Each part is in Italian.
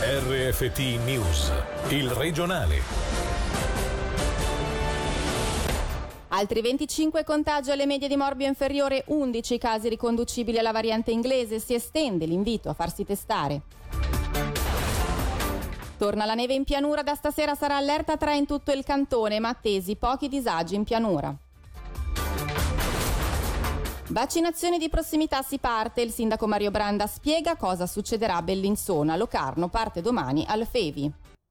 RFT News, il regionale. Altri 25 contagi alle medie di morbio inferiore, 11 casi riconducibili alla variante inglese. Si estende l'invito a farsi testare. Torna la neve in pianura, da stasera sarà allerta 3 in tutto il cantone, ma attesi pochi disagi in pianura. Vaccinazioni di prossimità, si parte. Il sindaco Mario Branda spiega cosa succederà a Bellinzona. Locarno parte domani al Fevi.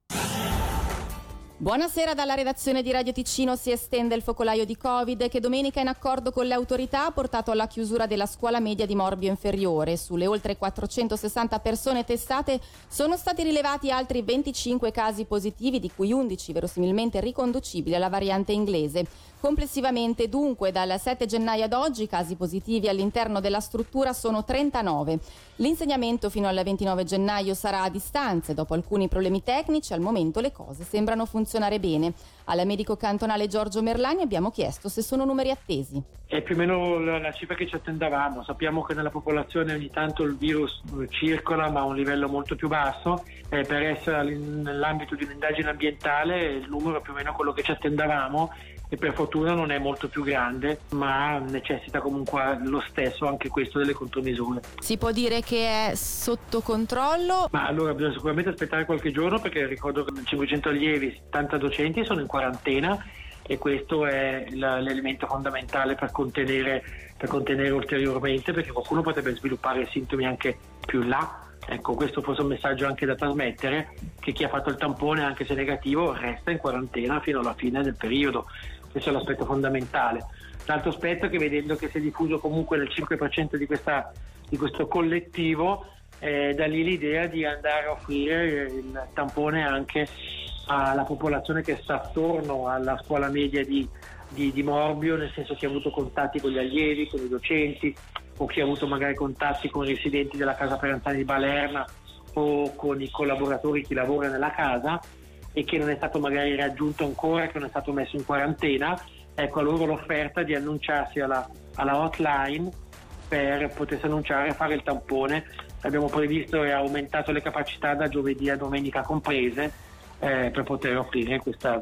Buonasera dalla redazione di Radio Ticino. Si estende il focolaio di Covid che domenica, in accordo con le autorità, ha portato alla chiusura della scuola media di Morbio Inferiore. Sulle oltre 460 persone testate sono stati rilevati altri 25 casi positivi, di cui 11 verosimilmente riconducibili alla variante inglese. Complessivamente, dunque, dal 7 gennaio ad oggi i casi positivi all'interno della struttura sono 39. L'insegnamento fino al 29 gennaio sarà a distanza e dopo alcuni problemi tecnici al momento le cose sembrano funzionare bene. Al medico cantonale Giorgio Merlani abbiamo chiesto se sono numeri attesi. È più o meno la cifra che ci attendavamo. Sappiamo che nella popolazione ogni tanto il virus circola, ma a un livello molto più basso. Per essere nell'ambito di un'indagine ambientale il numero è più o meno quello che ci attendavamo, e per fortuna non è molto più grande, ma necessita comunque lo stesso anche questo delle contromisure. Si può dire che è sotto controllo? Ma allora bisogna sicuramente aspettare qualche giorno, perché ricordo che 500 allievi, 70 docenti sono in quarantena, e questo è l'elemento fondamentale per contenere ulteriormente, perché qualcuno potrebbe sviluppare sintomi anche più in là. Ecco, questo forse è un messaggio anche da trasmettere, che chi ha fatto il tampone, anche se negativo, resta in quarantena fino alla fine del periodo. Questo è l'aspetto fondamentale. L'altro aspetto è che, vedendo che si è diffuso comunque nel 5% di questo collettivo, da lì l'idea di andare a offrire il tampone anche alla popolazione che sta attorno alla scuola media di Morbio, nel senso che ha avuto contatti con gli allievi, con i docenti, o chi ha avuto magari contatti con i residenti della casa per anziani di Balerna o con i collaboratori, chi lavora nella casa e che non è stato magari raggiunto ancora, che non è stato messo in quarantena. Ecco a loro l'offerta di annunciarsi alla hotline per potersi annunciare e fare il tampone. Abbiamo previsto e aumentato le capacità da giovedì a domenica comprese, per poter offrire questa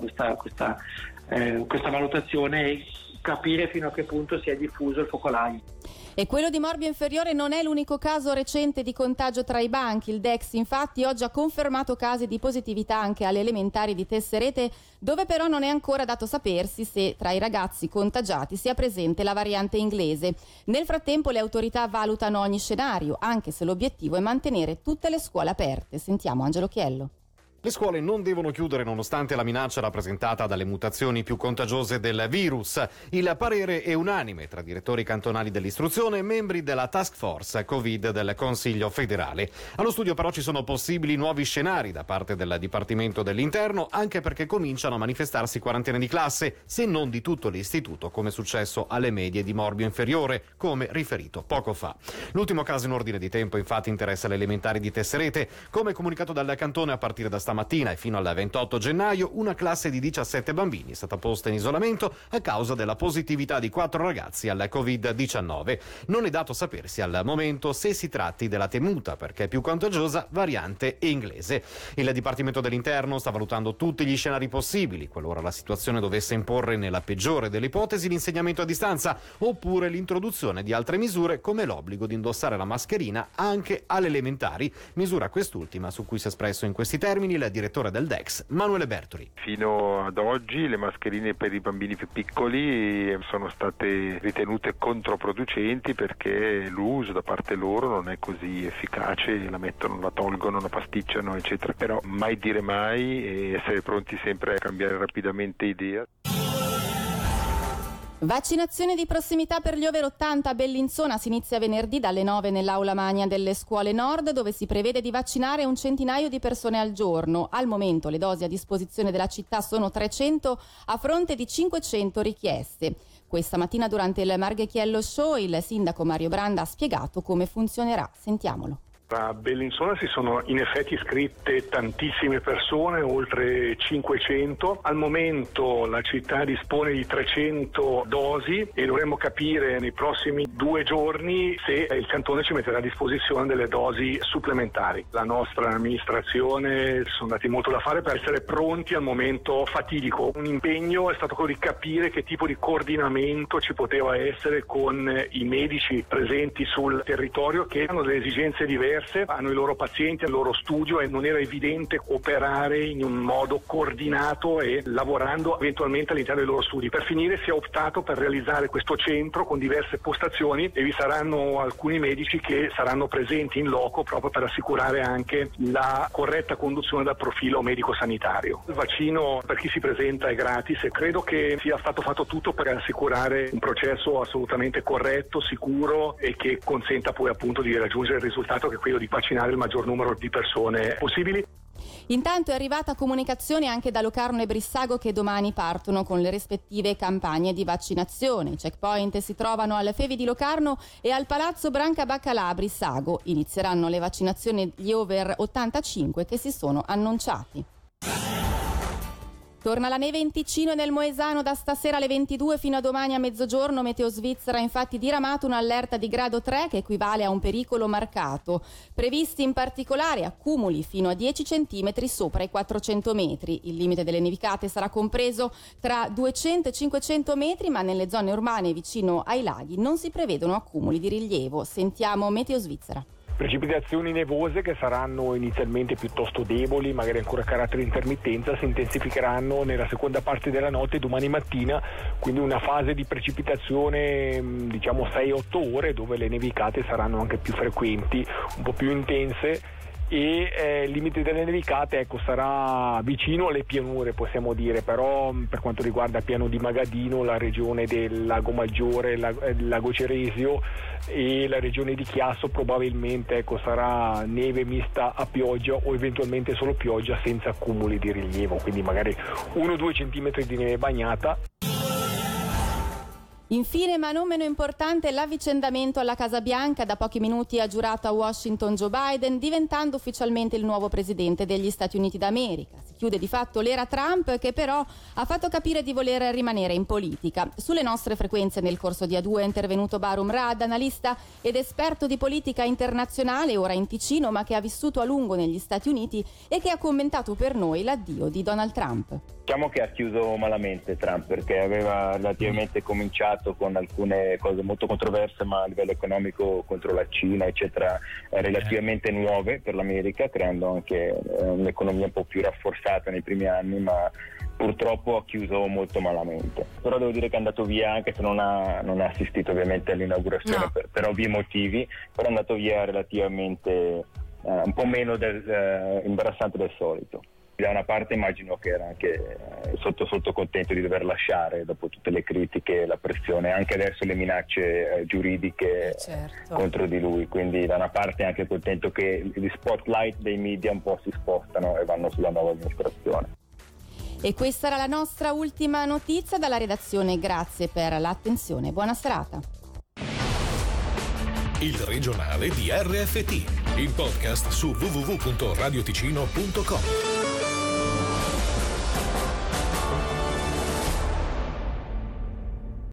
valutazione e capire fino a che punto si è diffuso il focolaio. E quello di Morbio Inferiore non è l'unico caso recente di contagio tra i banchi. Il DEX infatti oggi ha confermato casi di positività anche alle elementari di Tesserete, dove però non è ancora dato sapersi se tra i ragazzi contagiati sia presente la variante inglese. Nel frattempo le autorità valutano ogni scenario, anche se l'obiettivo è mantenere tutte le scuole aperte. Sentiamo Angelo Chiello. Le scuole non devono chiudere nonostante la minaccia rappresentata dalle mutazioni più contagiose del virus. Il parere è unanime tra direttori cantonali dell'istruzione e membri della task force Covid del Consiglio federale. Allo studio però ci sono possibili nuovi scenari da parte del Dipartimento dell'Interno, anche perché cominciano a manifestarsi quarantene di classe, se non di tutto l'istituto, come è successo alle medie di Morbio Inferiore, come riferito poco fa. L'ultimo caso in ordine di tempo infatti interessa le elementari di Tesserete. Come comunicato dal cantone, a partire da stamattina e fino al 28 gennaio una classe di 17 bambini è stata posta in isolamento a causa della positività di 4 ragazzi al Covid-19. Non è dato sapersi al momento se si tratti della temuta, perché è più contagiosa, variante inglese. Il Dipartimento dell'Interno sta valutando tutti gli scenari possibili qualora la situazione dovesse imporre, nella peggiore delle ipotesi, l'insegnamento a distanza oppure l'introduzione di altre misure come l'obbligo di indossare la mascherina anche alle elementari, misura quest'ultima su cui si è espresso in questi termini il direttore del DEX, Manuele Bertoli. Fino ad oggi le mascherine per i bambini più piccoli sono state ritenute controproducenti, perché l'uso da parte loro non è così efficace, la mettono, la tolgono, la pasticciano eccetera, però mai dire mai e essere pronti sempre a cambiare rapidamente idea. Vaccinazione di prossimità per gli over 80 a Bellinzona si inizia venerdì dalle 9 nell'aula magna delle scuole nord, dove si prevede di vaccinare 100 di persone al giorno. Al momento le dosi a disposizione della città sono 300 a fronte di 500 richieste. Questa mattina durante il Marghechiello Show il sindaco Mario Branda ha spiegato come funzionerà. Sentiamolo. A Bellinzona si sono in effetti iscritte tantissime persone, oltre 500. Al momento la città dispone di 300 dosi e dovremo capire nei prossimi 2 giorni se il cantone ci metterà a disposizione delle dosi supplementari. La nostra amministrazione sono dati molto da fare per essere pronti al momento fatidico. Un impegno è stato quello di capire che tipo di coordinamento ci poteva essere con i medici presenti sul territorio, che hanno delle esigenze diverse, hanno i loro pazienti, il loro studio, e non era evidente operare in un modo coordinato e lavorando eventualmente all'interno dei loro studi. Per finire si è optato per realizzare questo centro con diverse postazioni e vi saranno alcuni medici che saranno presenti in loco proprio per assicurare anche la corretta conduzione dal profilo medico-sanitario. Il vaccino per chi si presenta è gratis e credo che sia stato fatto tutto per assicurare un processo assolutamente corretto, sicuro e che consenta poi appunto di raggiungere il risultato che è quello di vaccinare il maggior numero di persone possibili. Intanto è arrivata comunicazione anche da Locarno e Brissago che domani partono con le rispettive campagne di vaccinazione. I checkpoint si trovano al Fevi di Locarno e al Palazzo Branca Baccalà a Brissago. Inizieranno le vaccinazioni degli over 85 che si sono annunciati. Torna la neve in Ticino e nel Moesano da stasera alle 22 fino a domani a mezzogiorno. Meteo Svizzera ha infatti diramato un'allerta di grado 3 che equivale a un pericolo marcato. Previsti in particolare accumuli fino a 10 cm sopra i 400 metri. Il limite delle nevicate sarà compreso tra 200 e 500 metri, ma nelle zone urbane vicino ai laghi non si prevedono accumuli di rilievo. Sentiamo Meteo Svizzera. Precipitazioni nevose che saranno inizialmente piuttosto deboli, magari ancora a carattere di intermittenza, si intensificheranno nella seconda parte della notte domani mattina, quindi una fase di precipitazione diciamo 6-8 ore dove le nevicate saranno anche più frequenti, un po' più intense. E il limite delle nevicate sarà vicino alle pianure, possiamo dire, però per quanto riguarda il piano di Magadino, la regione del Lago Maggiore, il Lago Ceresio e la regione di Chiasso probabilmente sarà neve mista a pioggia o eventualmente solo pioggia senza accumuli di rilievo, quindi magari 1-2 centimetri di neve bagnata. Infine, ma non meno importante, l'avvicendamento alla Casa Bianca. Da pochi minuti ha giurato a Washington Joe Biden, diventando ufficialmente il nuovo presidente degli Stati Uniti d'America. Si chiude di fatto l'era Trump, che però ha fatto capire di voler rimanere in politica. Sulle nostre frequenze nel corso di A2 è intervenuto Barum Raad, analista ed esperto di politica internazionale, ora in Ticino, ma che ha vissuto a lungo negli Stati Uniti e che ha commentato per noi l'addio di Donald Trump. Diciamo che ha chiuso malamente Trump, perché aveva relativamente cominciato con alcune cose molto controverse, ma a livello economico contro la Cina eccetera relativamente nuove per l'America, creando anche un'economia un po' più rafforzata nei primi anni, ma purtroppo ha chiuso molto malamente. Però devo dire che è andato via, anche se non ha assistito ovviamente all'inaugurazione, no, per ovvi motivi, però è andato via relativamente un po' meno imbarazzante del solito. Da una parte immagino che era anche sotto contento di dover lasciare dopo tutte le critiche, la pressione, anche adesso le minacce giuridiche contro di lui, quindi da una parte anche contento che gli spotlight dei media un po' si spostano e vanno sulla nuova amministrazione. E questa era la nostra ultima notizia dalla redazione. Grazie per l'attenzione, buona serata. Il regionale di RFT, il podcast su www.radioticino.com.